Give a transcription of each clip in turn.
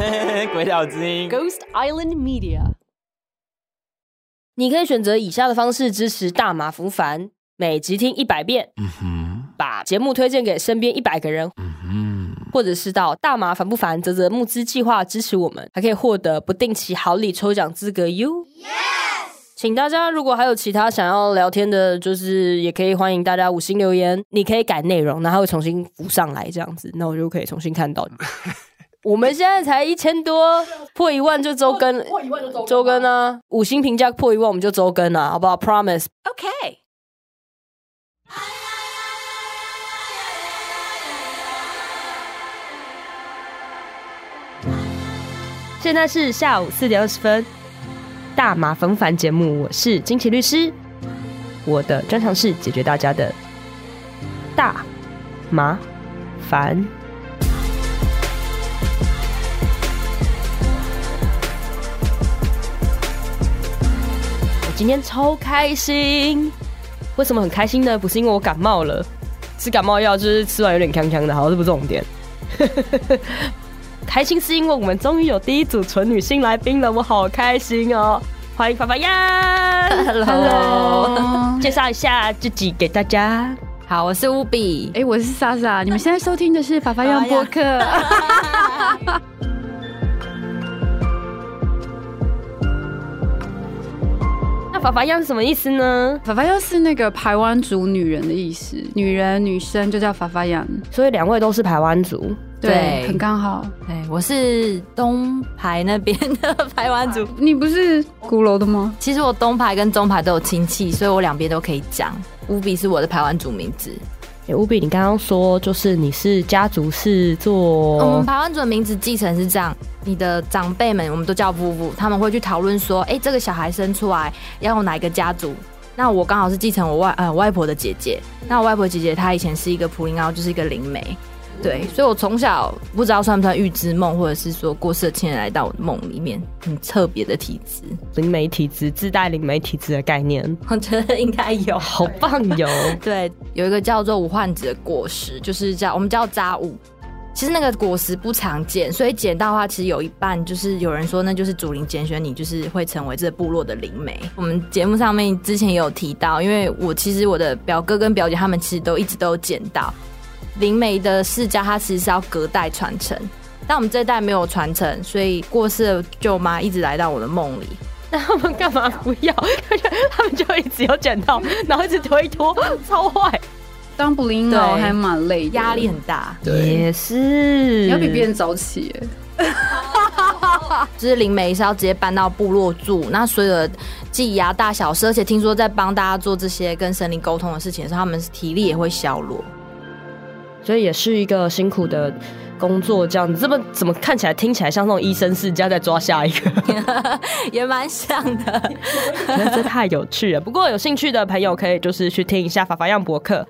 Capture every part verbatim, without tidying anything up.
鬼岛之音 Ghost Island Media。 你可以选择以下的方式支持大马福凡，每集听一百遍， 嗯哼， 把节目推荐给身边一百个人， 嗯哼， 或者是到大马烦不烦泽泽募资计划支持我们，还可以获得不定期好礼抽奖资格哟。Yes! 请大家如果还有其他想要聊天的，就是也可以欢迎大家五星留言，你可以改内容，然后会重新浮上来这样子，那我就可以重新看到你。我们现在才一千多，破一万就周更，破一万就周更，周更啊！五星评价破一万我们就周更啊，好不好 ？Promise。OK。现在是下午四点二十分，大麻烦不烦节目，我是金奇律师，我的专长是解决大家的大麻烦。今天超开心，为什么很开心呢？不是因为我感冒了，吃感冒药就是吃完有点呛呛的，好，这不是重点。开心是因为我们终于有第一组纯女性来宾了，我好开心哦！欢迎法法漾 ，Hello， 介绍一下自己给大家。 好，我是乌比， 哎，我是莎莎，你们现在收听的是法法漾播客。 法法漾是什么意思呢？ 法法漾是那个排湾族女人的意思，女人女生就叫法法漾， 所以两位都是排湾族， 对，很刚好。 对，我是东排那边的排湾族， 你不是鼓楼的吗？ 其实我东排跟中排都有亲戚，所以我两边都可以讲。乌比是我的排湾族名字。 欸，乌比，你刚刚说就是你是家族是做， 我们排湾族的名字继承是这样，你的长辈们我们都叫夫妇，他们会去讨论说，哎、欸，这个小孩生出来要用哪一个家族？那我刚好是继承我外呃外婆的姐姐，那我外婆姐姐她以前是一个普林奥，就是一个灵媒。对，所以我从小不知道算不算预知梦，或者是说过世的亲人来到我的梦里面，很特别的体质， 灵媒体质，自带灵媒体质的概念， 我觉得应该有， 好棒有。 对，有一个叫做无患子的果实，就是叫我们叫渣物。其实那个果实不常见，所以捡到的话，其实有一半就是有人说那就是祖灵拣选你，就是会成为这个部落的灵媒。我们节目上面之前也有提到，因为我其实我的表哥跟表姐他们其实都一直都有捡到。灵媒的世家，它其实是要隔代传承，但我们这一代没有传承，所以过世的舅妈一直来到我的梦里。 那他们干嘛不要？他们就一直有捡到，然后一直推脱，超坏。 当不灵脑还蛮累的， 压力很大。 也是， 你要比别人早起耶。 就是灵媒是要直接搬到部落住，那所有的祭牙大小事，而且听说在帮大家做这些跟神灵沟通的事情的时候，他们体力也会消弱。 所以也是一个辛苦的工作，这样子，这么怎么看起来听起来像那种医生世家在抓下一个， 也蛮像的。 觉得这太有趣了。不过有兴趣的朋友可以就是去听一下法法漾博客。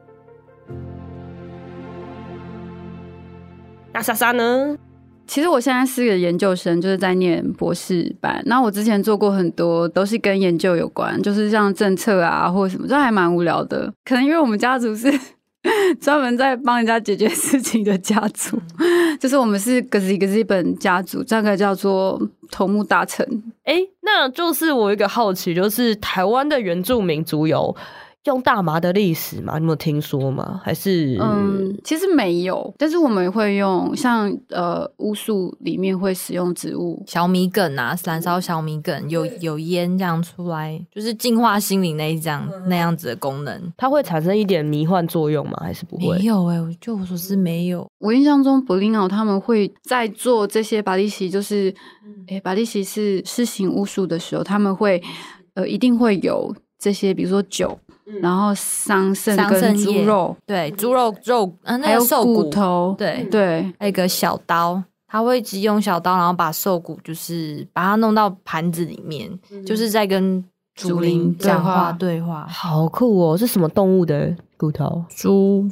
那莎莎呢？ 其实我现在是个研究生，就是在念博士班。那我之前做过很多都是跟研究有关，就是像政策啊或者什么，这还蛮无聊的。可能因为我们家族是专门在帮人家解决事情的家族，就是我们是格西格西本家族，这个叫做头目大臣。 哎、欸，那就是我有一个好奇，就是台湾的原住民族有用大麻的历史吗？你有没有听说吗？还是嗯，其实没有，但是我们会用像呃巫术里面会使用植物小米梗啊，燃烧小米梗有有烟这样出来，就是净化心灵那一样那样子的功能。 它会产生一点迷幻作用吗？还是不会？ 没有哎、欸，就我所知没有。 我印象中，柏林奥他们会在做这些巴利西，就是哎、欸，巴利西是施行巫术的时候，他们会呃一定会有这些，比如说酒。然后桑葚跟猪肉， 对，猪肉肉，呃、那还有瘦骨骨头， 对对， 还有一个小刀，他会直用小刀，然后把瘦骨就是把它弄到盘子里面，嗯、就是在跟祖灵讲话对话， 好酷哦！是什么动物的骨头？ 猪。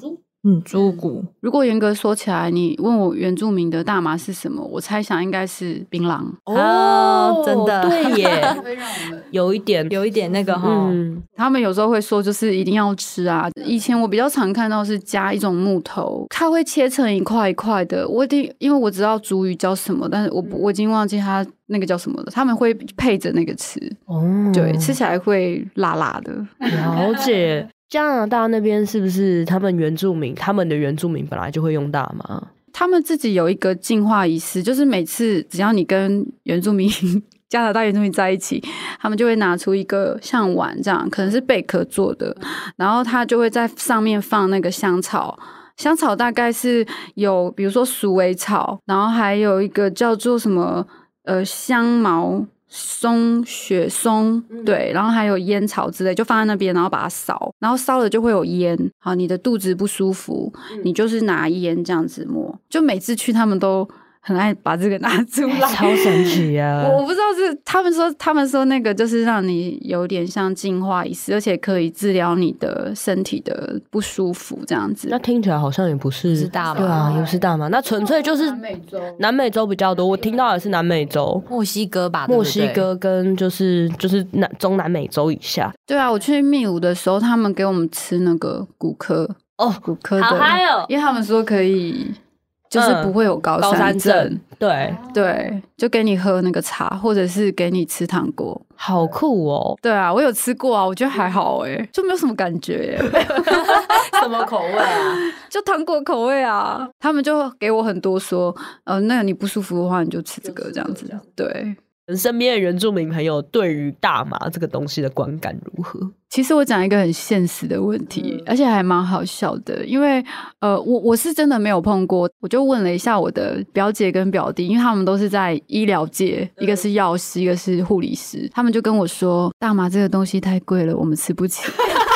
嗯，猪骨。 如果严格说起来，你问我原住民的大麻是什么，我猜想应该是槟榔。 哦， 真的对耶，有一点， 有一点那个哈， 嗯， 他们有时候会说，就是一定要吃啊。以前我比较常看到是加一种木头，它会切成一块一块的。我一定因为我知道族语叫什么，但是我我已经忘记它那个叫什么了。他们会配着那个吃， 哦， 对，吃起来会辣辣的。 了解。加拿大那边是不是他们原住民，他们的原住民本来就会用大麻？ 他们自己有一个净化仪式，就是每次只要你跟原住民加拿大原住民在一起，他们就会拿出一个像碗这样，可能是贝壳做的，然后他就会在上面放那个香草。香草大概是有比如说鼠尾草，然后还有一个叫做什么呃香茅松、雪松，对，然后还有烟草之类，就放在那边，然后把它烧，然后烧了就会有烟。好，你的肚子不舒服，你就是拿烟这样子抹。就每次去他们都很爱把这个拿出来， 超神奇啊！ 我我不知道是他们说，他们说那个就是让你有点像净化仪式，而且可以治疗你的身体的不舒服这样子。 那听起来好像也不是是大麻， 对啊，也不是大麻，那纯粹就是南美洲， 南美洲比较多。我听到的是南美洲、 墨西哥吧， 墨西哥跟就是就是南中南美洲以下。 对啊，我去秘鲁的时候，他们给我们吃那个骨科哦， 骨科的， 好嗨哦！ 因为他们说可以。就是不会有高山症， 嗯、对对，就给你喝那个茶，或者是给你吃糖果， 好酷哦！ 对啊，我有吃过啊，我觉得还好哎，就没有什么感觉耶。 什么口味啊？ 就糖果口味啊。他们就给我很多说，呃，那个你不舒服的话，你就吃这个这样子。对， 身边的原住民朋友对于大麻这个东西的观感如何？ 其实我讲一个很现实的问题，嗯、而且还蛮好笑的，因为呃，我我是真的没有碰过，我就问了一下我的表姐跟表弟，因为他们都是在医疗界，一个是药师，一个是护理师，他们就跟我说，大麻这个东西太贵了，我们吃不起。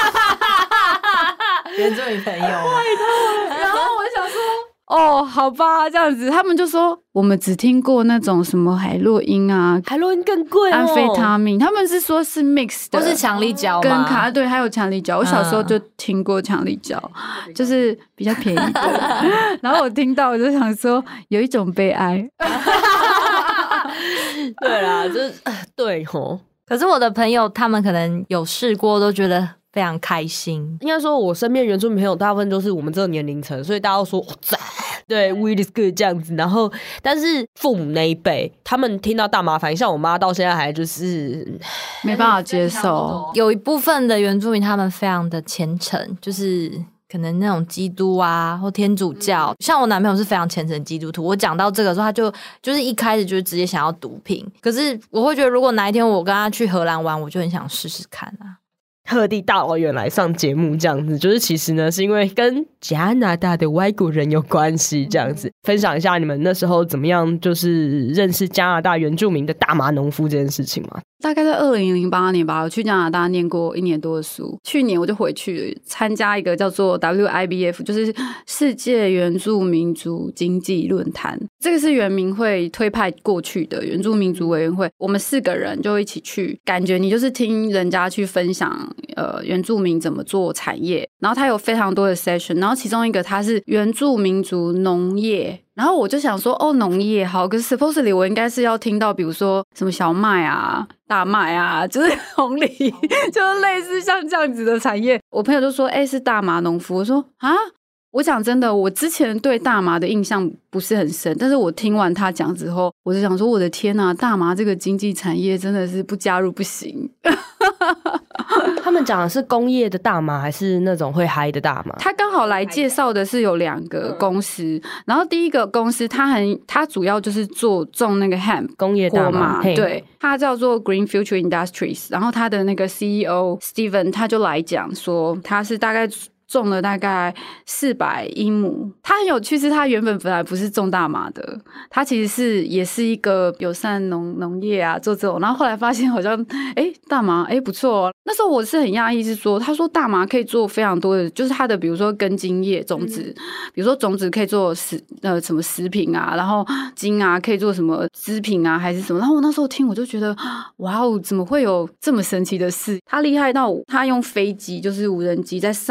原住民朋友， 然后我想说。哦，好吧，这样子，他们就说我们只听过那种什么海洛因啊， 海洛因更贵哦， 安非他命，他们是说是 mix 的， 不是强力胶吗？ 跟卡对，还有强力胶，我小时候就听过强力胶，嗯、就是比较便宜的。然后我听到我就想说，有一种悲哀。 对啦，就是对吼。 可是我的朋友他们可能有试过，都觉得非常开心。 应该说，我身边原住民朋友大部分都是我们这个年龄层，所以大家都说哦赞，对 ，weed is good 这样子。然后，但是父母那一辈，他们听到大麻反应，像我妈到现在还就是没办法接受。 有一部分的原住民他们非常的虔诚，就是可能那种基督啊或天主教。嗯、像我男朋友是非常虔诚基督徒，我讲到这个的时候，他就就是一开始就是直接想要毒品。可是我会觉得，如果哪一天我跟他去荷兰玩，我就很想试试看啊。 特地大老远来上节目这样子，就是其实呢是因为跟加拿大的外国人有关系这样子，分享一下你们那时候怎么样就是认识加拿大原住民的大麻农夫这件事情嘛。 大概在二零零八年吧，我去加拿大念过一年多的书，去年我就回去参加一个叫做 W I B F， 就是世界原住民族经济论坛，这个是原民会推派过去的原住民族委员会，我们四个人就一起去，感觉你就是听人家去分享呃原住民怎么做产业，然后他有非常多的 session， 然后其中一个他是原住民族农业。然后我就想说，哦，农业好，可是 supposedly 我应该是要听到，比如说什么小麦啊、大麦啊，就是红梨，就是类似像这样子的产业。我朋友就说，哎，是大麻农夫。我说啊，我讲真的，我之前对大麻的印象不是很深，但是我听完他讲之后，我就想说，我的天啊，大麻这个经济产业真的是不加入不行。 他们讲的是工业的大麻还是那种会嗨的大麻？ 他刚好来介绍的是有两个公司，嗯、然后第一个公司它很，它主要就是做种那个 hemp 工业大麻， 对，它叫做 Green Future Industries， 然后它的那个 C E O Steven 他就来讲说，他是大概种了大概四百英亩，他很有趣，是他原本本来不是种大麻的，他其实是也是一个友善农农业啊，做这种，然后后来发现好像哎大麻哎不错哦，那时候我是很讶异，是说他说大麻可以做非常多的，就是他的比如说根茎叶种子，嗯、比如说种子可以做食呃什么食品啊，然后茎啊可以做什么织品啊还是什么，然后我那时候听我就觉得哇哦，怎么会有这么神奇的事？他厉害到他用飞机就是无人机在上面去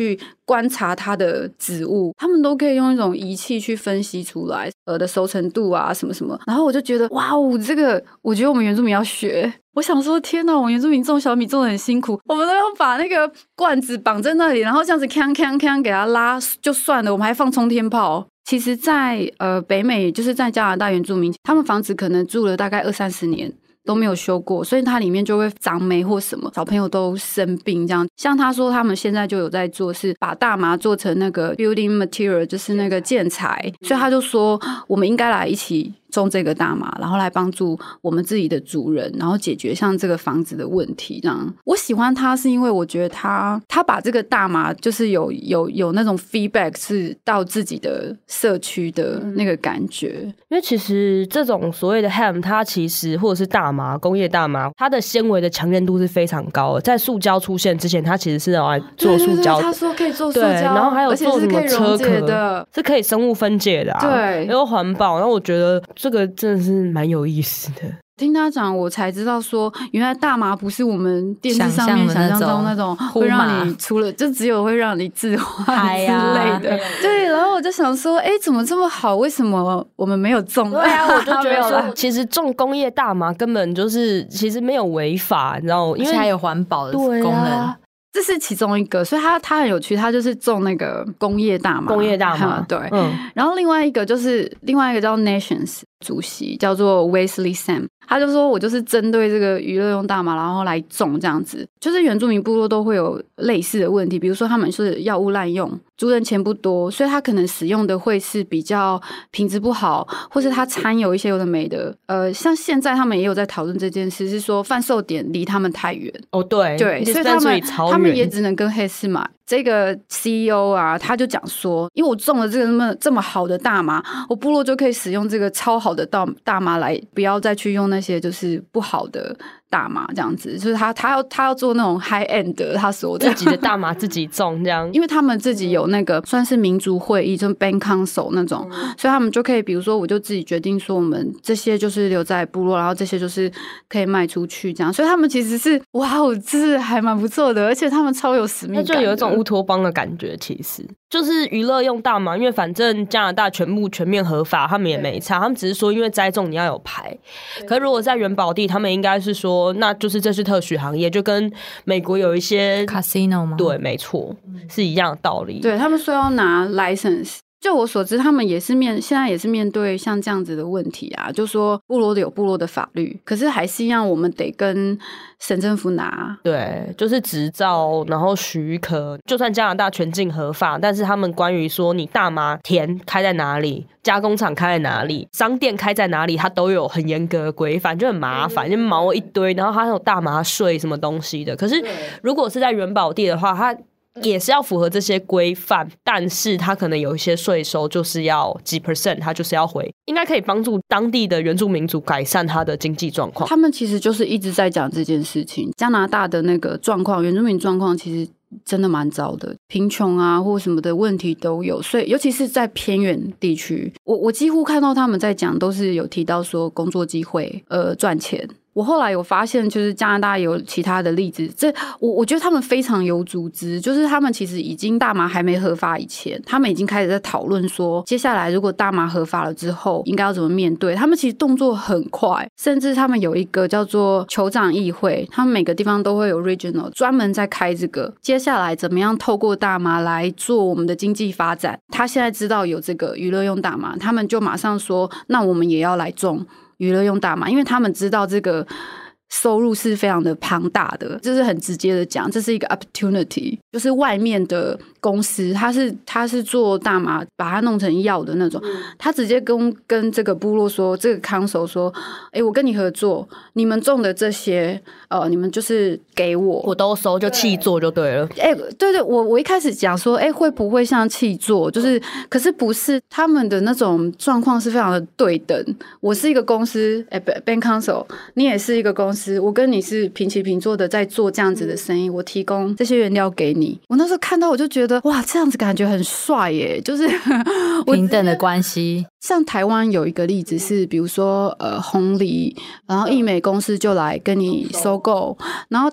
去观察它的植物，他们都可以用一种仪器去分析出来呃的熟成度啊什么什么，然后我就觉得哇哦，这个我觉得我们原住民要学。我想说天哪，我们原住民种小米种得很辛苦，我们都要把那个罐子绑在那里，然后这样子锵锵锵给它拉就算了，我们还放冲天炮。其实在呃北美，就是在加拿大原住民，他们房子可能住了大概二三十年都没有修过，所以它里面就会长霉或什么，小朋友都生病这样。像他说他们现在就有在做，是把大麻做成那个 building material， 就是那个建材，所以他就说我们应该来一起种这个大麻，然后来帮助我们自己的族人，然后解决像这个房子的问题这样。我喜欢他是因为我觉得他他把这个大麻就是有有有那种 feedback 是到自己的社区的那个感觉。 因为其实这种所谓的 hemp 它其实或者是大麻工业大麻，它的纤维的强韧度是非常高的，在塑胶出现之前它其实是用来做塑胶的。 对对对，他说可以做塑胶， 对，然后还有做什么车壳的， 是可以生物分解的啊， 对， 又环保。然后我觉得这个真的是蛮有意思的。 听他讲，我才知道说，原来大麻不是我们电视上面想象中那种会让你除了就只有会让你自嗨之类的。对，然后我就想说，哎，怎么这么好？为什么我们没有种？ 对啊，我就觉得说，其实种工业大麻根本就是其实没有违法，你知道吗？因为还有环保的功能。 这是其中一个，所以他他很有趣，他就是种那个工业大麻， 工业大麻， 对，嗯。然后另外一个就是另外一个叫 Nations 主席叫做 Wesley Sam， 他就说我就是针对这个娱乐用大麻，然后来种这样子，就是原住民部落都会有类似的问题，比如说他们是药物滥用，族人钱不多，所以他可能使用的会是比较品质不好，或是他掺有一些有的没的。呃，像现在他们也有在讨论这件事，是说贩售点离他们太远。 哦，对对，所以他们他们也只能跟黑市买。这个 C E O 啊，他就讲说，因为我种了这个这么这么好的大麻，我部落就可以使用这个超好的大大麻来，不要再去用那些就是不好的大麻这样子。就是他他要他要做那种 high end 的，他说自己的大麻自己种这样， 因为他们自己有那个算是民族会议，就是 Band Council 那种、嗯，所以他们就可以，比如说我就自己决定说，我们这些就是留在部落，然后这些就是可以卖出去这样。所以他们其实是哇哦，这是还蛮不错的，而且他们超有使命感的， 那就有一种乌托邦的感觉。其实就是娱乐用大麻，因为反正加拿大全部全面合法，他们也没差，他们只是说因为栽种你要有牌。可是如果在原保地，他们应该是说，那就是这是特许行业，就跟美国有一些 casino 吗？ 对，没错，是一样的道理。 对，他们说要拿 license。就我所知，他们也是面现在也是面对像这样子的问题啊，就说部落的有部落的法律，可是还是一样，我们得跟省政府拿。 对，就是执照，然后许可，就算加拿大全境合法，但是他们关于说你大麻田开在哪里，加工厂开在哪里，商店开在哪里，它都有很严格的规范，就很麻烦，就毛一堆，然后还有大麻税什么东西的。可是如果是在原保地的话，它也是要符合这些规范，但是他可能有一些税收就是要几 percent， 他就是要回，应该可以帮助当地的原住民族改善他的经济状况。 他们其实就是一直在讲这件事情，加拿大的那个状况，原住民状况其实真的蛮糟的，贫穷啊或什么的问题都有，所以尤其是在偏远地区，我我几乎看到他们在讲都是有提到说工作机会，呃，赚钱。我后来有发现，就是加拿大有其他的例子，这我我觉得他们非常有组织，就是他们其实已经大麻还没合法以前，他们已经开始在讨论说，接下来如果大麻合法了之后，应该要怎么面对。他们其实动作很快，甚至他们有一个叫做酋长议会，他们每个地方都会有 regional 专门在开这个，接下来怎么样透过大麻来做我们的经济发展。他现在知道有这个娱乐用大麻，他们就马上说，那我们也要来种娱乐用大麻，因为他们知道这个收入是非常的庞大的，就是很直接的讲，这是一个 opportunity， 就是外面的公司，他是他是做大麻，把它弄成药的那种，他直接跟跟这个部落说，这个 council 说，哎，我跟你合作，你们种的这些，呃，你们就是给我， 我都收，就契作就对了。 哎，对对，我我一开始讲说，哎，会不会像契作，就是，可是不是，他们的那种状况是非常的对等。我是一个公司，哎 ，Band Council， 你也是一个公司，我跟你是平起平坐的在做这样子的生意，我提供这些原料给你。我那时候看到我就觉得，哇，这样子感觉很帅耶，就是平等的关系。 像台湾有一个例子是，比如说呃红梨，然后义美公司就来跟你收购，然后他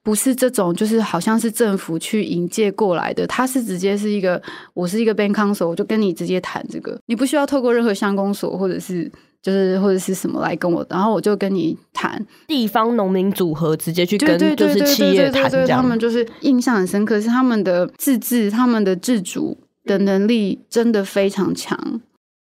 不是这种就是好像是政府去引介过来的，它是直接是一个我是一个 bank council， 我就跟你直接谈这个，你不需要透过任何乡公所或者是就是或者是什么来跟我，然后我就跟你谈地方农民组合直接去跟就是企业谈这样， 他们就是印象很深刻，是他们的自治、他们的自主的能力真的非常强。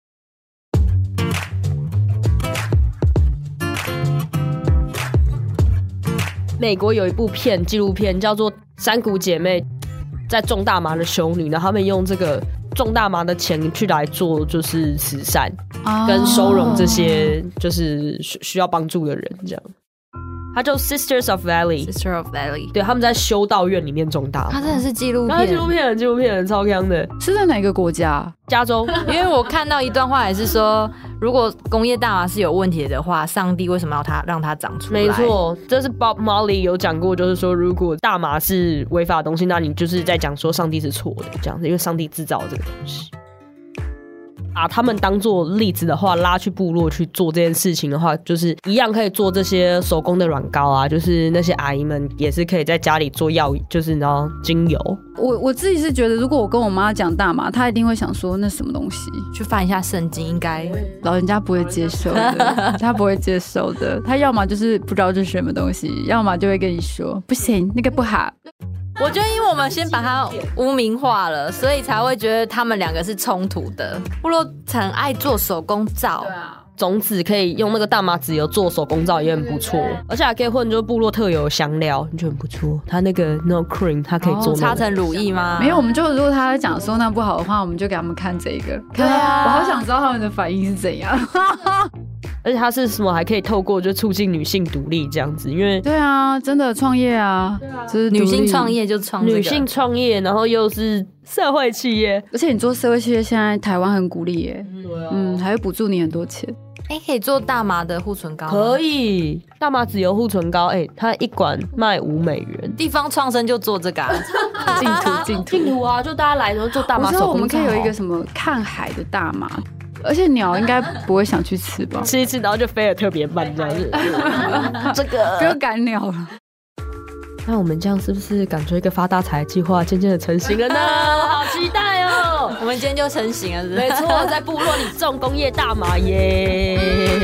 美国有一部片纪录片叫做《山谷姐妹》，在种大麻的修女，然后他们用这个种大麻的钱去来做就是慈善，哦、跟收容这些就是需要帮助的人，这样。它叫 Sisters of Valley，Sisters of Valley， 对，他们在修道院里面种大麻。 它真的是纪录片， 它纪录片，纪录片超强的。 是在哪个国家？ 加州。 因为我看到一段话也是说，如果工业大麻是有问题的话，上帝为什么要它让它长出来？ 没错，这是 Bob Marley 有讲过，就是说如果大麻是违法的东西，那你就是在讲说上帝是错的这样子，因为上帝制造这个东西。把他们当做例子的话，拉去部落去做这件事情的话，就是一样可以做这些手工的软膏啊，就是那些阿姨们也是可以在家里做药，就是你知道精油。 我我自己是觉得，如果我跟我妈讲大麻，她一定会想说那什么东西， 去翻一下圣经，应该老人家不会接受的，她不会接受的，她要么就是不知道这是什么东西，要么就会跟你说不行，那个不好。 我觉得因为我们先把它污名化了，所以才会觉得他们两个是冲突的。部落很爱做手工皂，对啊， 种子可以用那个大麻籽油做手工皂也很不错，而且还可以混就是部落特有的香料，你觉得很不错。它那个 no cream 它可以做、那個哦、 擦成乳液吗？ 没有，我们就如果他讲说那不好的话，我们就给他们看这个，看啊，我好想知道他们的反应是怎样。 而且它是什么还可以透过就促进女性独立这样子，因为对啊，真的创业啊，对啊，就是女性创业就创、這個、 女性创业，然后又是社会企业， 而且你做社会企业，现在台湾很鼓励耶，嗯，啊、嗯，还会补助你很多钱。 哎、欸，可以做大麻的护唇膏吗？ 可以，大麻籽油护唇膏，哎、欸，它一管卖五美元。 地方创生就做这个、啊， 净土净土净土啊，就大家来然后做大麻手工皂。 我们可以有一个什么看海的大麻。而且鸟应该不会想去吃吧？ 吃一吃，然后就飞得特别慢，这样子。这个不用赶鸟了。 那我们这样是不是感觉一个发大财计划渐渐的成型了呢？好期待哦！ 我们今天就成型了是不是？ 没错，在部落里种工业大麻耶。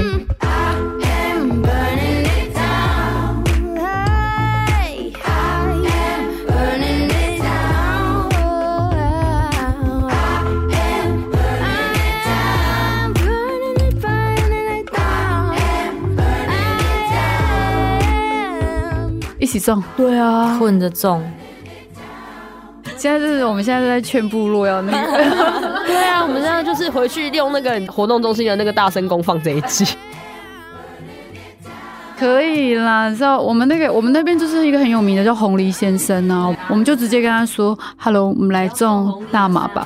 一起种， 对啊， 混着种。 现在就是我们现在在劝部落要那个， 对啊，我们现在就是回去用那个活动中心的那个大声公放这一集。 可以啦，你知道我们那个我们那边就是一个很有名的叫红梨先生啊，我们就直接跟他说 ，Hello， 我们来种大麻吧。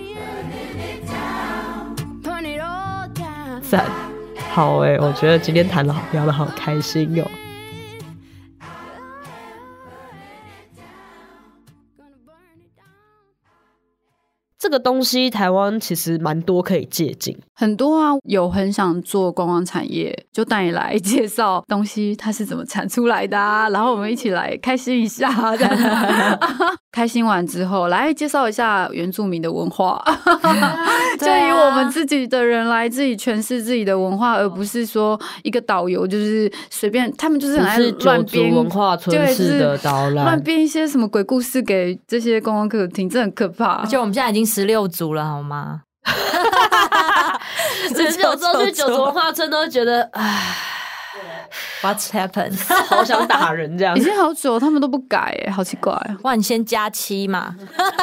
赞，好哎、欸，我觉得今天谈的好聊的好开心哦。这个东西台湾其实蛮多可以借鉴， 很多啊，有很想做观光产业，就带你来介绍东西它是怎么产出来的啊，然后我们一起来开心一下，开心完之后来介绍一下原住民的文化，就以我们自己的人来自己诠释自己的文化，而不是说一个导游就是随便，他们就是很爱乱编文化村市的导览， 乱编一些什么鬼故事给这些观光客听，这很可怕。 而且我們現在已經十六族了，好嗎？ 只是有时候去九族文化村都會覺得，唉 ，What's happened？ 好想打人這樣。 已經好久，他們都不改，哎，好奇怪。 萬先加七嘛。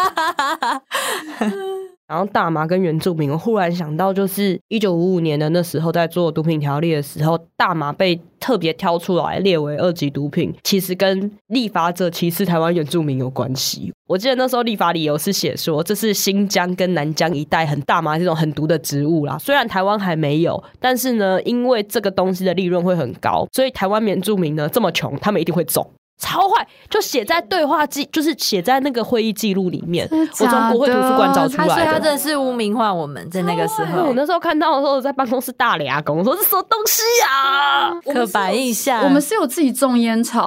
然后大麻跟原住民，我忽然想到，就是一九五五年的那时候，在做毒品条例的时候，大麻被特别挑出来列为二级毒品，其实跟立法者歧视台湾原住民有关系。我记得那时候立法理由是写说，这是新疆跟南疆一带很大麻这种很毒的植物啦，虽然台湾还没有，但是呢，因为这个东西的利润会很高，所以台湾原住民呢这么穷，他们一定会种。超坏，就写在对话记，就是写在那个会议记录里面。我从国会图书馆找出来的。 所以他真的是污名化我们，在那个时候。 我那时候看到的时候，在办公室大俩公，我说这什么东西啊？ 刻板印象。 我们是有自己种烟草，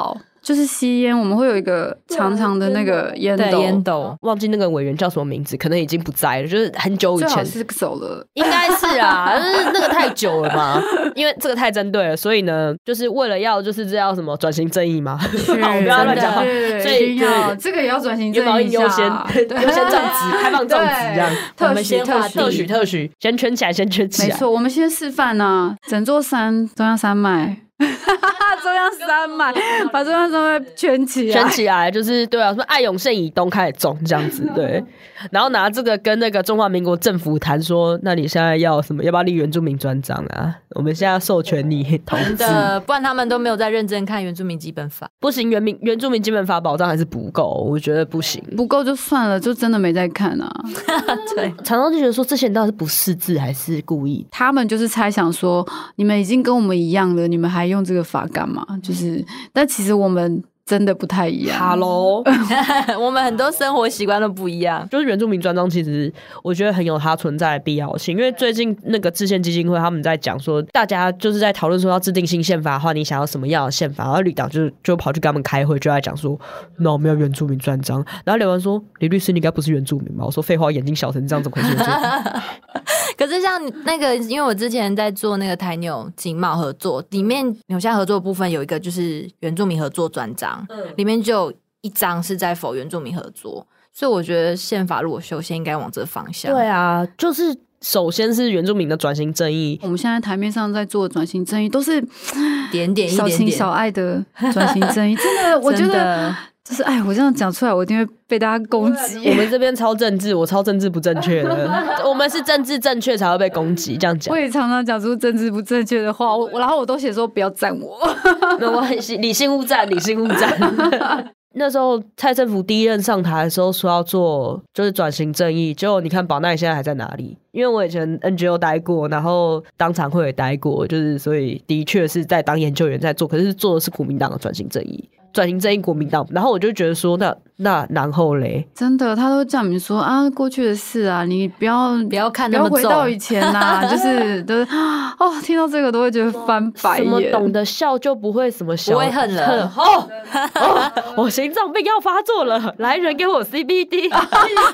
就是吸烟，我们会有一个长长的那个烟斗， 烟斗，忘记那个委员叫什么名字，可能已经不在了，就是很久以前， 最好是走了， 应该是啊，就是那个太久了嘛，因为这个太针对了，所以呢，就是为了要就是这叫什么转型正义嘛，我不要乱讲话，所以要这个也要转型正义一下， 优先优先种植，开放种植这样， 特许特许特许特许，先圈起来，先圈起来， 没错，我们先示范啊，整座山中央山脉。中央山脉，把中央山脉圈起来， 圈起来就是对啊，什么爱永县以东开始种这样子，对，然后拿这个跟那个中华民国政府谈说，那你现在要什么？要不要立原住民专章啊？我们现在授权你统治的，不然他们都没有在认真看原住民基本法， 不行，原民原住民基本法保障还是不够，我觉得不行， 不够就算了，就真的没在看啊。 对，常常就觉得说，这些人到底是不识字还是故意？ 他们就是猜想说，你们已经跟我们一样了，你们还用这个法干嘛？就是，但其实我们真的不太一样。 Hello， 我们很多生活习惯都不一样。 就是原住民专章，其实我觉得很有它存在的必要性，因为最近那个制宪基金会他们在讲说，大家就是在讨论说要制定新宪法的话，你想要什么样的宪法？然后绿党就就跑去跟他们开会，就在讲说，那我们要原住民专章。然后刘文说，李律师你应该不是原住民吧？我说废话，眼睛小成这样怎么可能是原住民？ 可是像那个，因为我之前在做那个台纽经贸合作，里面纽夏合作的部分有一个就是原住民合作专章，嗯、里面就有一章是在否原住民合作，所以我觉得宪法如果修宪应该往这个方向。 对啊，就是首先是原住民的转型正义， 我们现在台面上在做的转型正义都是点点一点点小情小爱的转型正义，真的，我觉得。就是哎，我这样讲出来，我一定会被大家攻击。 我们这边超政治，我超政治不正确的。我们是政治正确才会被攻击，这样讲。 我也常常讲出政治不正确的话，我然后我都写说不要赞我。 那我很理性勿赞，理性勿赞。那时候蔡政府第一任上台的时候说要做就是转型正义，结果你看宝奈现在还在哪里？因为我以前 N G O 待过，然后当常会也待过，就是所以的确是在当研究员在做，可是做的是国民党的转型正义。转型正义国民党，然后我就觉得说，那那然后嘞， 真的，他都叫你说啊，过去的事啊，你不要不要看那么重， 不要回到以前呐、啊，就是都是哦，听到这个都会觉得翻白眼。 什么懂得笑就不会什么笑， 不会恨了哦哦，我心脏病要发作了，来人给我 C B D， 超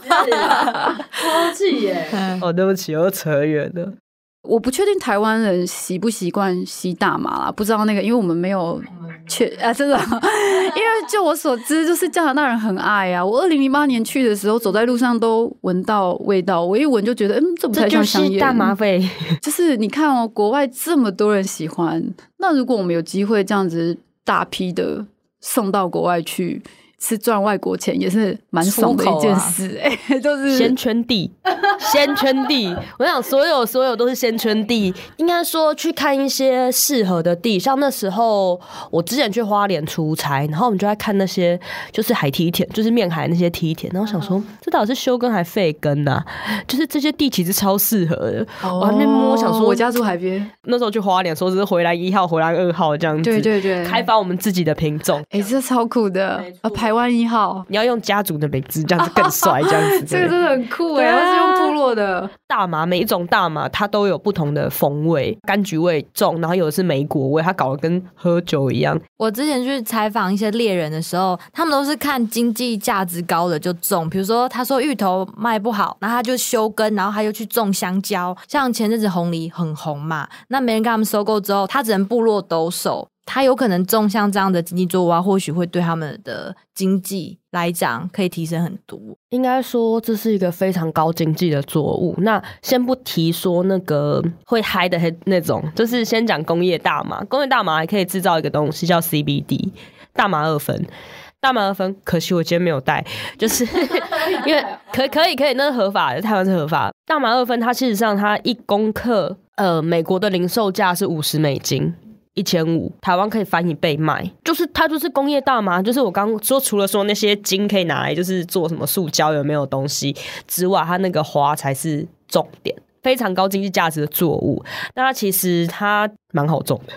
气耶！哦，对不起，我又扯远了。 我不确定台湾人习不习惯吸大麻啦，不知道那个，因为我们没有确啊，真的，因为就我所知，就是加拿大人很爱啊。我二零零八年去的时候，走在路上都闻到味道，我一闻就觉得，嗯，这不太像香烟。 这就是大麻味。 就是你看哦，国外这么多人喜欢，那如果我们有机会这样子大批的送到国外去。是赚外国钱也是蛮爽的一件事哎、欸，就是先圈地，先圈地。我想所有所有都是先圈地，应该说去看一些适合的地。像那时候我之前去花莲出差，然后我们就在看那些就是海梯田，就是面海那些梯田。然后我想说，这到底是休耕还废耕啊？就是这些地其实超适合的。哦、我还没摸，想说我家住海边， 那时候去花莲，说是回来一号、回来二号这样子。 对对对， 开发我们自己的品种。 哎、欸，这超酷的啊！台湾一号， 你要用家族的名字，这样子更帅，这样子。 这个真的很酷哎、欸！它是用部落的大麻，每一种大麻它都有不同的风味，柑橘味重，然后有的是莓果味，它搞得跟喝酒一样。 我之前去采访一些猎人的时候，他们都是看经济价值高的就种，比如说他说芋头卖不好，然后他就休耕，然后他就去种香蕉。像前阵子红梨很红嘛，那没人跟他们收购之后，他只能部落兜售。他有可能种像这样的经济作物啊，或许会对他们的经济来讲可以提升很多。 应该说这是一个非常高经济的作物。那先不提说那个会嗨的那种，就是先讲工业大麻。工业大麻还可以制造一个东西叫 C B D， 大麻二酚。大麻二酚，可惜我今天没有带，就是因为可可以可以，那是合法的，台湾是合法的。大麻二酚它事实上它一公克，呃，美国的零售价是五十美金。一千五，台湾可以翻一倍卖，就是它就是工业大麻，就是我刚刚说，除了说那些茎可以拿来就是做什么塑胶有没有东西之外，它那个花才是重点，非常高经济价值的作物。那它其实它蛮好种的，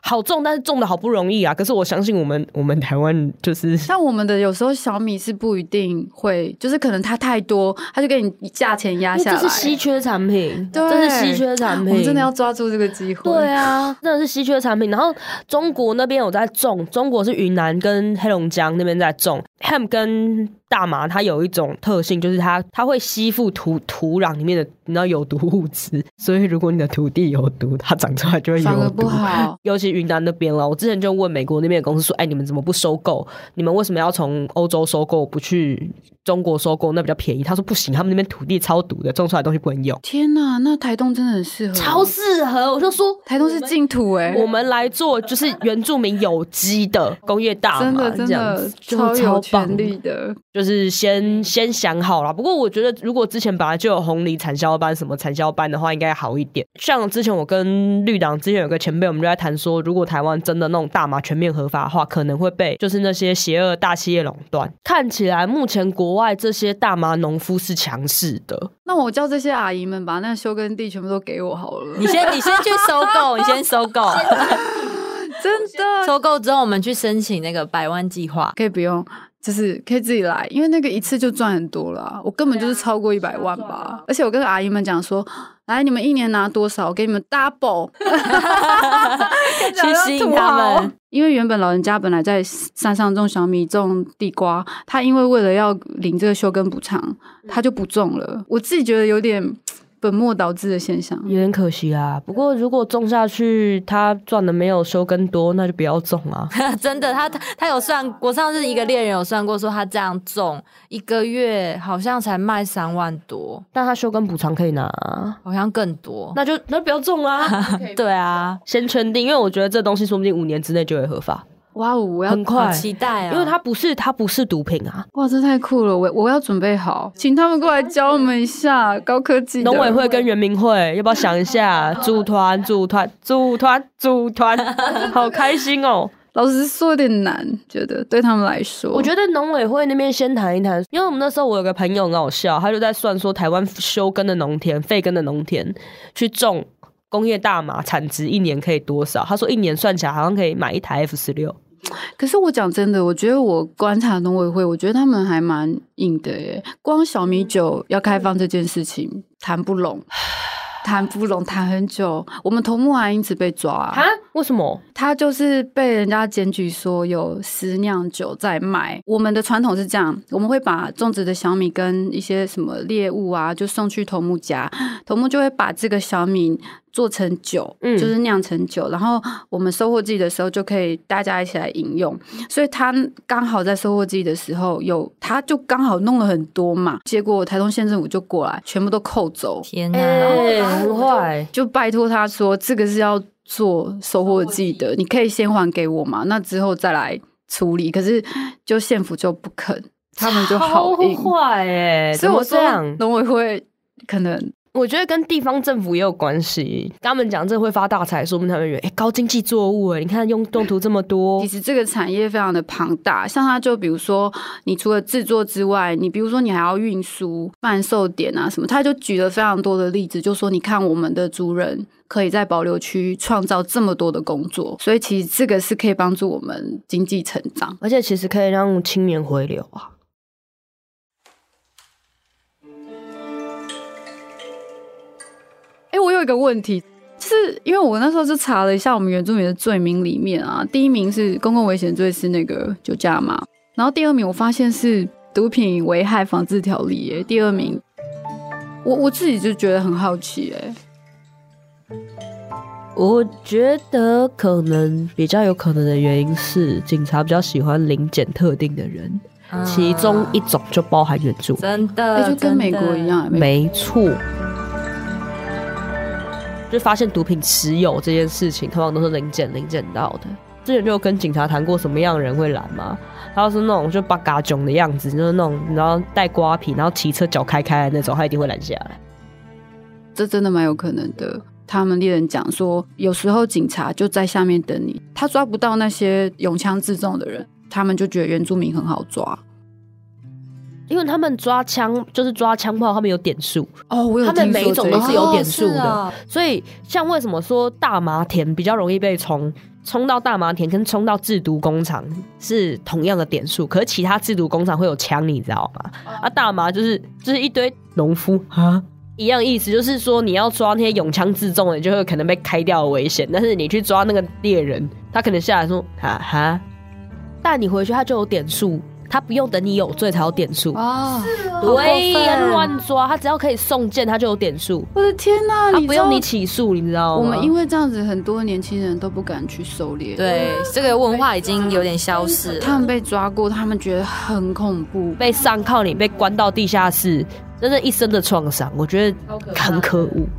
好种，但是种的好不容易啊。可是我相信我们我们台湾就是像我们的有时候小米是不一定会，就是可能它太多，它就给你价钱压下来， 这是稀缺产品， 对， 这是稀缺产品， 我们真的要抓住这个机会。 对啊，真的是稀缺产品。然后中国那边有在种，中国是云南跟黑龙江那边在种 hemp 跟大麻，它有一种特性，就是它它会吸附土土壤里面的你知道有毒物质，所以如果你的土地有毒，它长出来就会有毒， 反而不好。 尤其云南那边了，我之前就问美国那边的公司说：“哎，你们怎么不收购？你们为什么要从欧洲收购，不去中国收购？那比较便宜。”他说：“不行，他们那边土地超毒的，种出来的东西不能用。” 天哪，那台东真的很适合， 超适合。我就说， 台东是净土哎、欸， 我们来做就是原住民有机的工业大麻， 真的真的超有权利的。 就是先先想好了。不过我觉得，如果之前本来就有红藜产销班什么产销班的话，应该好一点。像之前我跟绿党之前有个前辈，我们就在谈说，如果台湾真的那种大麻全面合法的话，可能会被就是那些邪恶大企业垄断。看起来目前国外这些大麻农夫是强势的。 那我叫这些阿姨们把那个休耕地全部都给我好了。 你先你先去收购，你先收购。 真的收购之后，我们去申请那个百万计划， 可以不用。就是可以自己来，因为那个一次就赚很多了，我根本就是超过一百万吧。而且我跟阿姨们讲说，来你们一年拿多少，我给你们 double， 去吸引他们。 因为原本老人家本来在山上种小米、种地瓜，他因为为了要领这个休耕补偿，他就不种了。我自己觉得有点本末倒置的现象， 有点可惜啊。不过如果种下去，他赚的没有休耕多，那就不要种啊。 真的，他他有算，我上次一个猎人有算过，说他这样种一个月好像才卖三万多， 但他休耕补偿可以拿、啊， 好像更多， 那就那就不要种啊。 对啊， 先圈定，因为我觉得这东西说不定五年之内就会合法。 哇哦，我要很快， 期待啊！ 因为它不是它不是毒品啊！ 哇，这太酷了！我我要准备好，请他们过来教我们一下高科技。 农委会跟原民会要不要想一下？组团组团组团组团，好开心哦！ 老实说有点难，觉得对他们来说， 我觉得农委会那边先谈一谈，因为我们那时候我有个朋友很好笑，他就在算说台湾休耕的农田、废耕的农田去种工业大麻产值一年可以多少？他说一年算起来好像可以买一台 F 十六。 可是我讲真的，我觉得我观察农委会，我觉得他们还蛮硬的耶。光小米酒要开放这件事情谈不拢，谈不拢，谈很久。我们头目还因此被抓啊？ 为什么？ 他就是被人家检举说有私酿酒在卖。我们的传统是这样，我们会把种植的小米跟一些什么猎物啊，就送去头目家，头目就会把这个小米做成酒，嗯，就是酿成酒，然后我们收获季的时候就可以大家一起来饮用。所以他刚好在收获季的时候有，他就刚好弄了很多嘛，结果台东县政府就过来，全部都扣走。 天哪， 欸、很坏！ 就拜托他说，这个是要做收获季的，你可以先还给我嘛，那之后再来处理。可是就县府就不肯，他们就好硬， 坏哎！ 所以我说这样农委会可能。 我觉得跟地方政府也有关系，跟他们讲这会发大财，说不定他们以为哎、欸、高经济作物哎，你看用用途这么多。 其实这个产业非常的庞大，像它就比如说，你除了制作之外，你比如说你还要运输、贩售点啊什么，他就举了非常多的例子，就说你看我们的族人可以在保留区创造这么多的工作，所以其实这个是可以帮助我们经济成长， 而且其实可以让青年回流啊。 哎，我有一个问题，就是因为我那时候就查了一下我们原住民的罪名里面啊，第一名是公共危险罪是那个酒驾嘛，然后第二名我发现是毒品危害防治条例耶，第二名，我我自己就觉得很好奇哎。 我觉得可能比较有可能的原因是警察比较喜欢临检特定的人，啊、其中一种就包含原住民， 真的， 欸、就跟美国一样， 没错。就发现毒品持有这件事情，通常都是零检零检到的。之前就有跟警察谈过，什么样的人会拦吗？他是那种就八嘎囧的样子，就是那种你知道带瓜皮，然后骑车脚开开的那种，他一定会拦下来。 这真的蛮有可能的。他们猎人讲说，有时候警察就在下面等你，他抓不到那些拥枪自重的人，他们就觉得原住民很好抓。 因为他们抓枪就是抓枪炮，他们有点数哦，我有听说他们每一种都是有点数的， 哦哦、 所以像为什么说大麻田比较容易被从冲到大麻田跟冲到制毒工厂是同样的点数，可是其他制毒工厂会有枪，你知道吗？啊，大麻就是就是一堆农夫啊。一样意思，就是说你要抓那些拥枪自重的，就会可能被开掉的危险。但是你去抓那个猎人，他可能下来说哈哈，但你回去他就有点数，他不用等你有罪才有点数哦。 对呀，乱抓，他只要可以送件，他就有点数。 我的天哪， 他不用你起诉，你知道吗？ 我们因为这样子，很多年轻人都不敢去狩猎。 对，这个文化已经有点消失了。 他们被抓过，他们觉得很恐怖， 被上铐，你被关到地下室。真的一生的创伤，我觉得很可恶。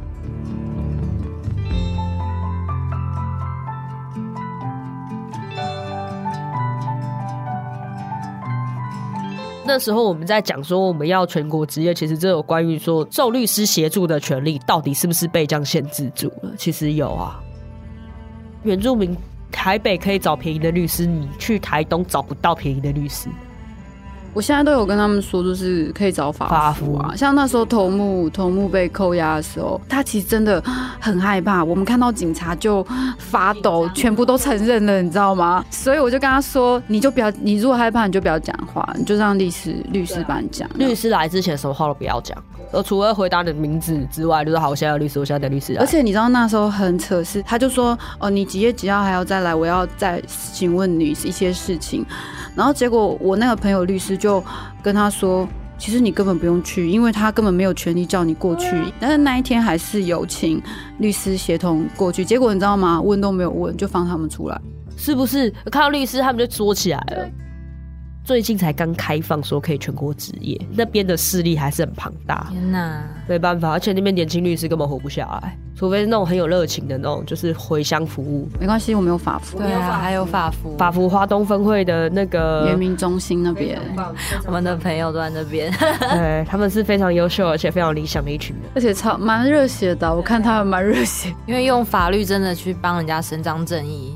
那时候我们在讲说我们要全国执业，其实这有关于说受律师协助的权利到底是不是被这样限制住了？其实有啊，原住民台北可以找便宜的律师，你去台东找不到便宜的律师。 我现在都有跟他们说，就是可以找法服啊。像那时候头目头目被扣押的时候，他其实真的很害怕。我们看到警察就发抖，全部都承认了，你知道吗？所以我就跟他说，你就不要，你如果害怕，你就不要讲话，你就让律师律师帮你讲。 律师来之前什么话都不要讲，而除了回答你的名字之外，就是好，我现在有律师，我现在等律师来。 而且你知道那时候很扯是，他就说哦，你几月几号还要再来，我要再询问你一些事情。然后结果我那个朋友律师就跟他说，其实你根本不用去，因为他根本没有权利叫你过去。但是那一天还是有请律师协同过去，结果你知道吗？问都没有问就放他们出来， 是不是？看到律师他们就缩起来了。最近才刚开放说可以全国执业，那边的势力还是很庞大。 天哪， 没办法，而且那边年轻律师根本活不下来，除非是那种很有热情的那种，就是回乡服务。 没关系，我没有法服。 对啊，还有法服， 法服花东分会的那个原民中心那边， 我们的朋友都在那边。 对，他们是非常优秀而且非常理想的一群人， 而且超蛮热血的，我看他们蛮热血， 因为用法律真的去帮人家伸张正义。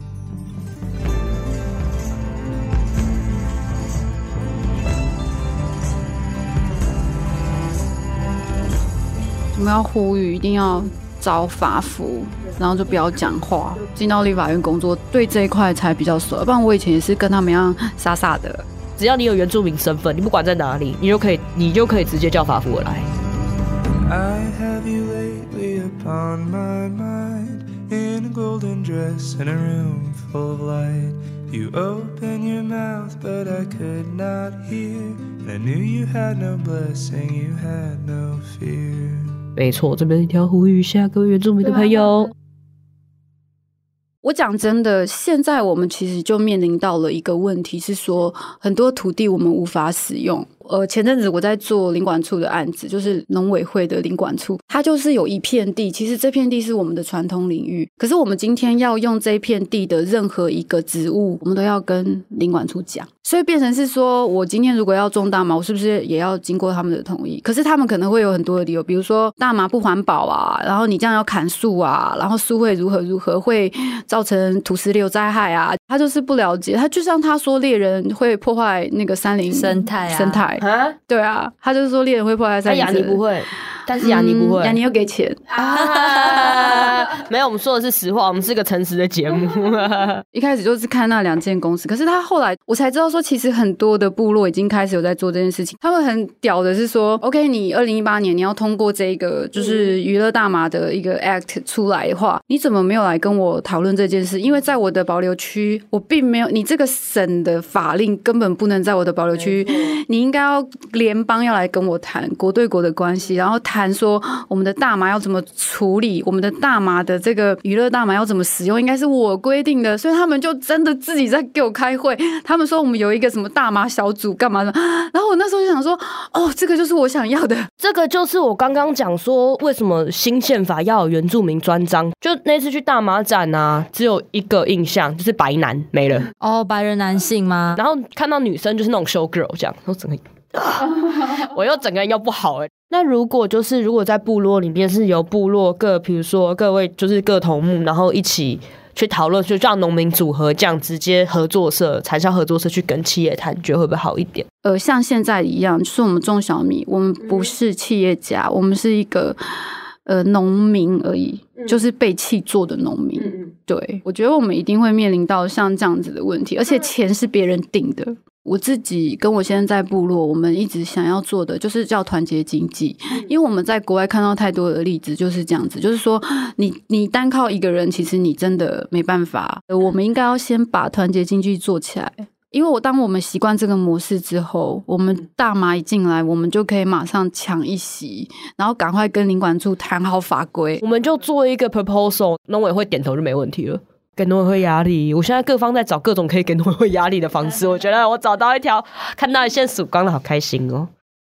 我们要呼吁一定要找法服，然后就不要讲话。进到立法院工作，对这一块才比较熟，不然我以前也是跟他们一样傻傻的。 只要你有原住民身份，你不管在哪里，你就可以，你就可以直接叫法服来。I have you lately upon my mind, in a golden dress in a room full of light. You open your mouth, but I could not hear. And I knew you had no blessing, you had no fear. 没错，这边一条呼吁一下各位原住民的朋友。 我讲真的，现在我们其实就面临到了一个问题，是说很多土地我们无法使用。呃，前阵子我在做林管处的案子，就是农委会的林管处，它就是有一片地，其实这片地是我们的传统领域，可是我们今天要用这片地的任何一个植物，我们都要跟林管处讲，所以变成是说，我今天如果要种大麻，我是不是也要经过他们的同意？可是他们可能会有很多的理由，比如说大麻不环保啊，然后你这样要砍树啊，然后树会如何如何，会造成土石流灾害啊，他就是不了解，他就像他说猎人会破坏那个山林生态啊， 生态。啊，对啊，他就是说猎人会破坏山林。 雅尼不会，但是雅尼不会， 雅尼又给钱啊！没有，我们说的是实话，我们是个诚实的节目。 一开始就是看那两间公司，可是他后来我才知道说，其实很多的部落已经开始有在做这件事情。他们很屌的是说 ，OK， 你二零一八年你要通过这个就是娱乐大麻的一个 Act 出来的话，你怎么没有来跟我讨论这件事？因为在我的保留区，我并没有，你这个省的法令根本不能在我的保留区，你应该要联邦要来跟我谈国对国的关系，然后谈说我们的大麻要怎么处理，我们的大麻的这个娱乐大麻要怎么使用，应该是我规定的，所以他们就真的自己在给我开会，他们说我们有一个什么大麻小组干嘛的，然后我那时候就想说，哦，这个就是我想要的， 这个就是我刚刚讲说为什么新宪法要有原住民专章，就那次去大麻展啊，只有一个印象就是白男没了， 哦，白人男性吗？ 然后看到女生就是那种 show girl 这样，然后整个我又整个人又不好哎、欸。那如果就是如果在部落里面是由部落各，比如说各位就是各头目，然后一起去讨论，就让农民组合这样直接合作社、产销合作社去跟企业谈，觉得会不会好一点？ 呃，像现在一样，就是我们种小米，我们不是企业家，我们是一个呃农民而已，就是被气做的农民。 对，我觉得我们一定会面临到像这样子的问题，而且钱是别人定的。我自己跟我先生在部落，我们一直想要做的就是叫团结经济，因为我们在国外看到太多的例子就是这样子，就是说你你单靠一个人，其实你真的没办法。我们应该要先把团结经济做起来，因为我当我们习惯这个模式之后，我们大麻一进来，我们就可以马上抢一席，然后赶快跟领管处谈好法规， 我们就做一个 proposal， 农委会点头就没问题了。给农委会压力，我现在各方在找各种可以给农委会压力的方式，我觉得我找到一条，看到一线曙光了，好开心哦。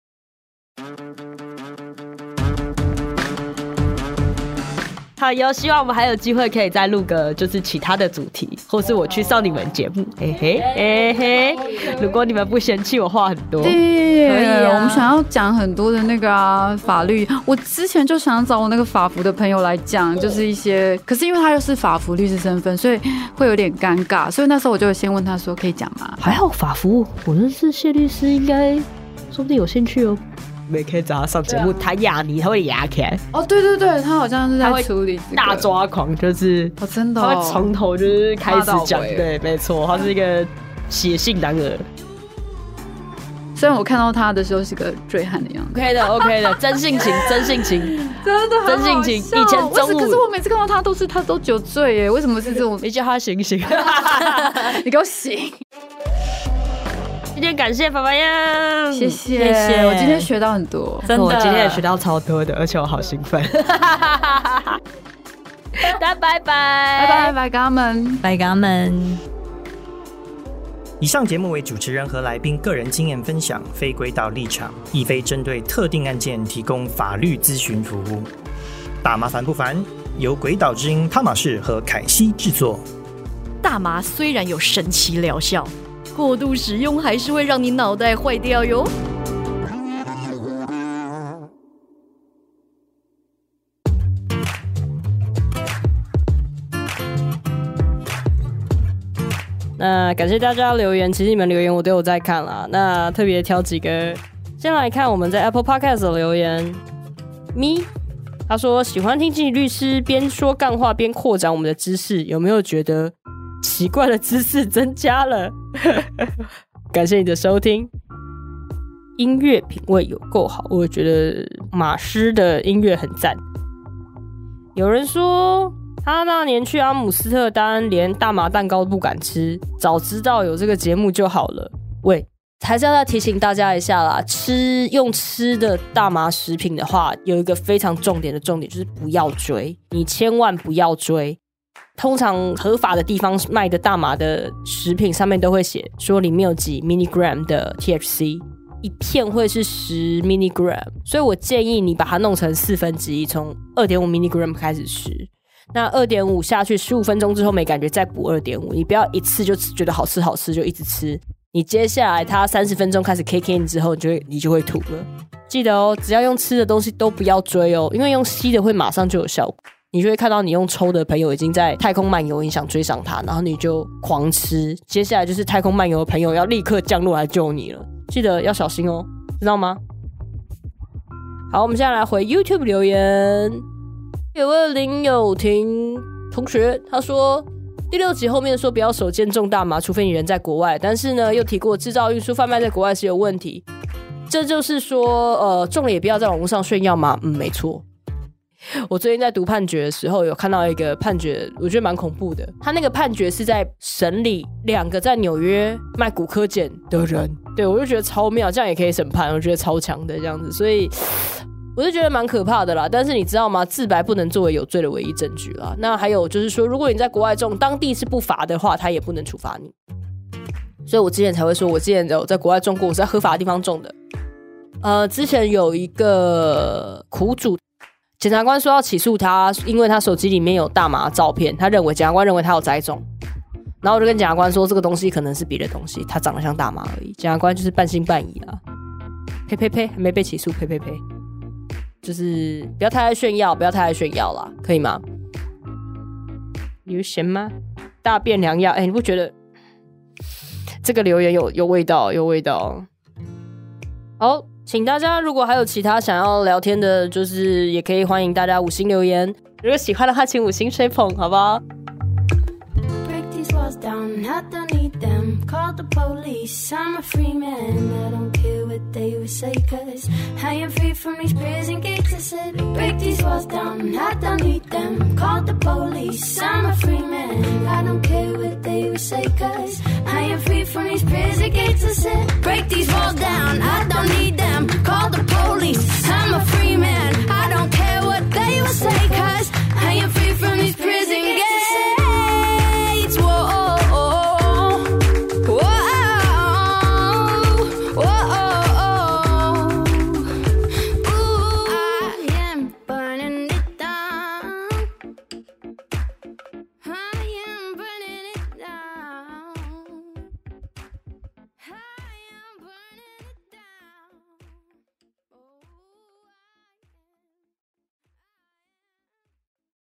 好哟，希望我们还有机会可以再录个就是其他的主题，或是我去上你们节目，嘿嘿嘿嘿。如果你们不嫌弃我话很多， 对， 可以啊。 我们想要讲很多的那个啊法律，我之前就想找我那个法服的朋友来讲，就是一些，可是因为他又是法服律师身份，所以会有点尴尬，所以那时候我就先问他说可以讲吗？ 还好法服，我认识谢律师，应该说不定有兴趣哦。没可以找他上节目，他压你，他会压起来。 哦，对对对，他好像是在处理、这个、 大抓狂，就是哦，真的、哦， 他会从头就是开始讲，对，没错，他是一个血性男儿。 虽然我看到他的时候是个醉汉的样子 ，OK 的 ，OK 的，真性情，真性情， 真的真性情。以前中午， 可是我每次看到他都是他都酒醉耶，为什么是这种？ 你叫他醒醒， 你给我醒！ 今天感谢爸爸呀， 谢谢谢谢，我今天学到很多， 真的，我今天也学到超多的，而且我好兴奋。大家拜拜， 拜拜拜嘎们， 拜嘎们。 以上节目为主持人和来宾个人经验分享，非轨道立场，亦非针对特定案件提供法律咨询服务。大麻烦不烦？由轨道之音汤马士和凯西制作。 大麻虽然有神奇疗效，过度使用还是会让你脑袋坏掉哟。 那感谢大家留言，其实你们留言我都有在看啦。那特别挑几个，先来看我们在 Apple Podcast 的留言。咪，他说喜欢听经济律师边说干话边扩展我们的知识，有没有觉得奇怪的知识增加了？感谢你的收听。音乐品味有够好，我觉得马师的音乐很赞。有人说他那年去阿姆斯特丹连大麻蛋糕都不敢吃，早知道有这个节目就好了。喂，还是要再提醒大家一下啦，吃用吃的大麻食品的话，有一个非常重点的重点就是不要追，你千万不要追。通常合法的地方卖的大麻的食品上面都会写说里面有几 milligram 的 T H C， 一片会是十 milligram， 所以我建议你把它弄成四分之一，从 二点五 milligram 开始吃。那 二点五 下去十五分钟之后没感觉再补 二点五， 你不要一次就觉得好吃好吃就一直吃，你接下来它三十分钟开始 kick in 之后你就会你就会吐了。记得哦，只要用吃的东西都不要追哦，因为用吸的会马上就有效果，你就会看到你用抽的朋友已经在太空漫游，你想追上他，然后你就狂吃，接下来就是太空漫游的朋友要立刻降落来救你了，记得要小心哦，知道吗？好，我们现在来回 YouTube 留言。有位林友婷同学，他说第六集后面说不要手贱种大麻，除非你人在国外，但是呢又提过制造、运输、贩卖在国外是有问题，这就是说呃种了也不要在网络上炫耀吗？嗯，没错。我最近在读判决的时候有看到一个判决，我觉得蛮恐怖的。他那个判决是在审理两个在纽约卖古柯碱的人，对，我就觉得超妙，这样也可以审判，我觉得超强的这样子，所以我就觉得蛮可怕的啦。但是你知道吗？自白不能作为有罪的唯一证据啦。那还有就是说，如果你在国外种，当地是不罚的话，他也不能处罚你。所以我之前才会说，我之前有在国外种过，我是在合法的地方种的。呃，之前有一个苦主，检察官说要起诉他，因为他手机里面有大麻照片，他认为检察官认为他有栽种。然后我就跟检察官说，这个东西可能是别的东西，它长得像大麻而已。检察官就是半信半疑啦，呸呸呸，还没被起诉，呸呸呸。就是不要太爱炫耀，不要太爱炫耀啦，可以吗？有嫌吗？大便良药，哎、欸，你不觉得这个留言有有味道，有味道？好，请大家如果还有其他想要聊天的，就是也可以欢迎大家五星留言。如果喜欢的话，请五星吹捧，好不好？ down, I don't need them. Call the police, I'm a free man. I don't care what they would say, cause I am free from these prison gates. I said, break these walls down, I don't need them. Call the police, I'm a free man. I don't care what they would say, cause I am free from these prison gates. I said, break these walls down.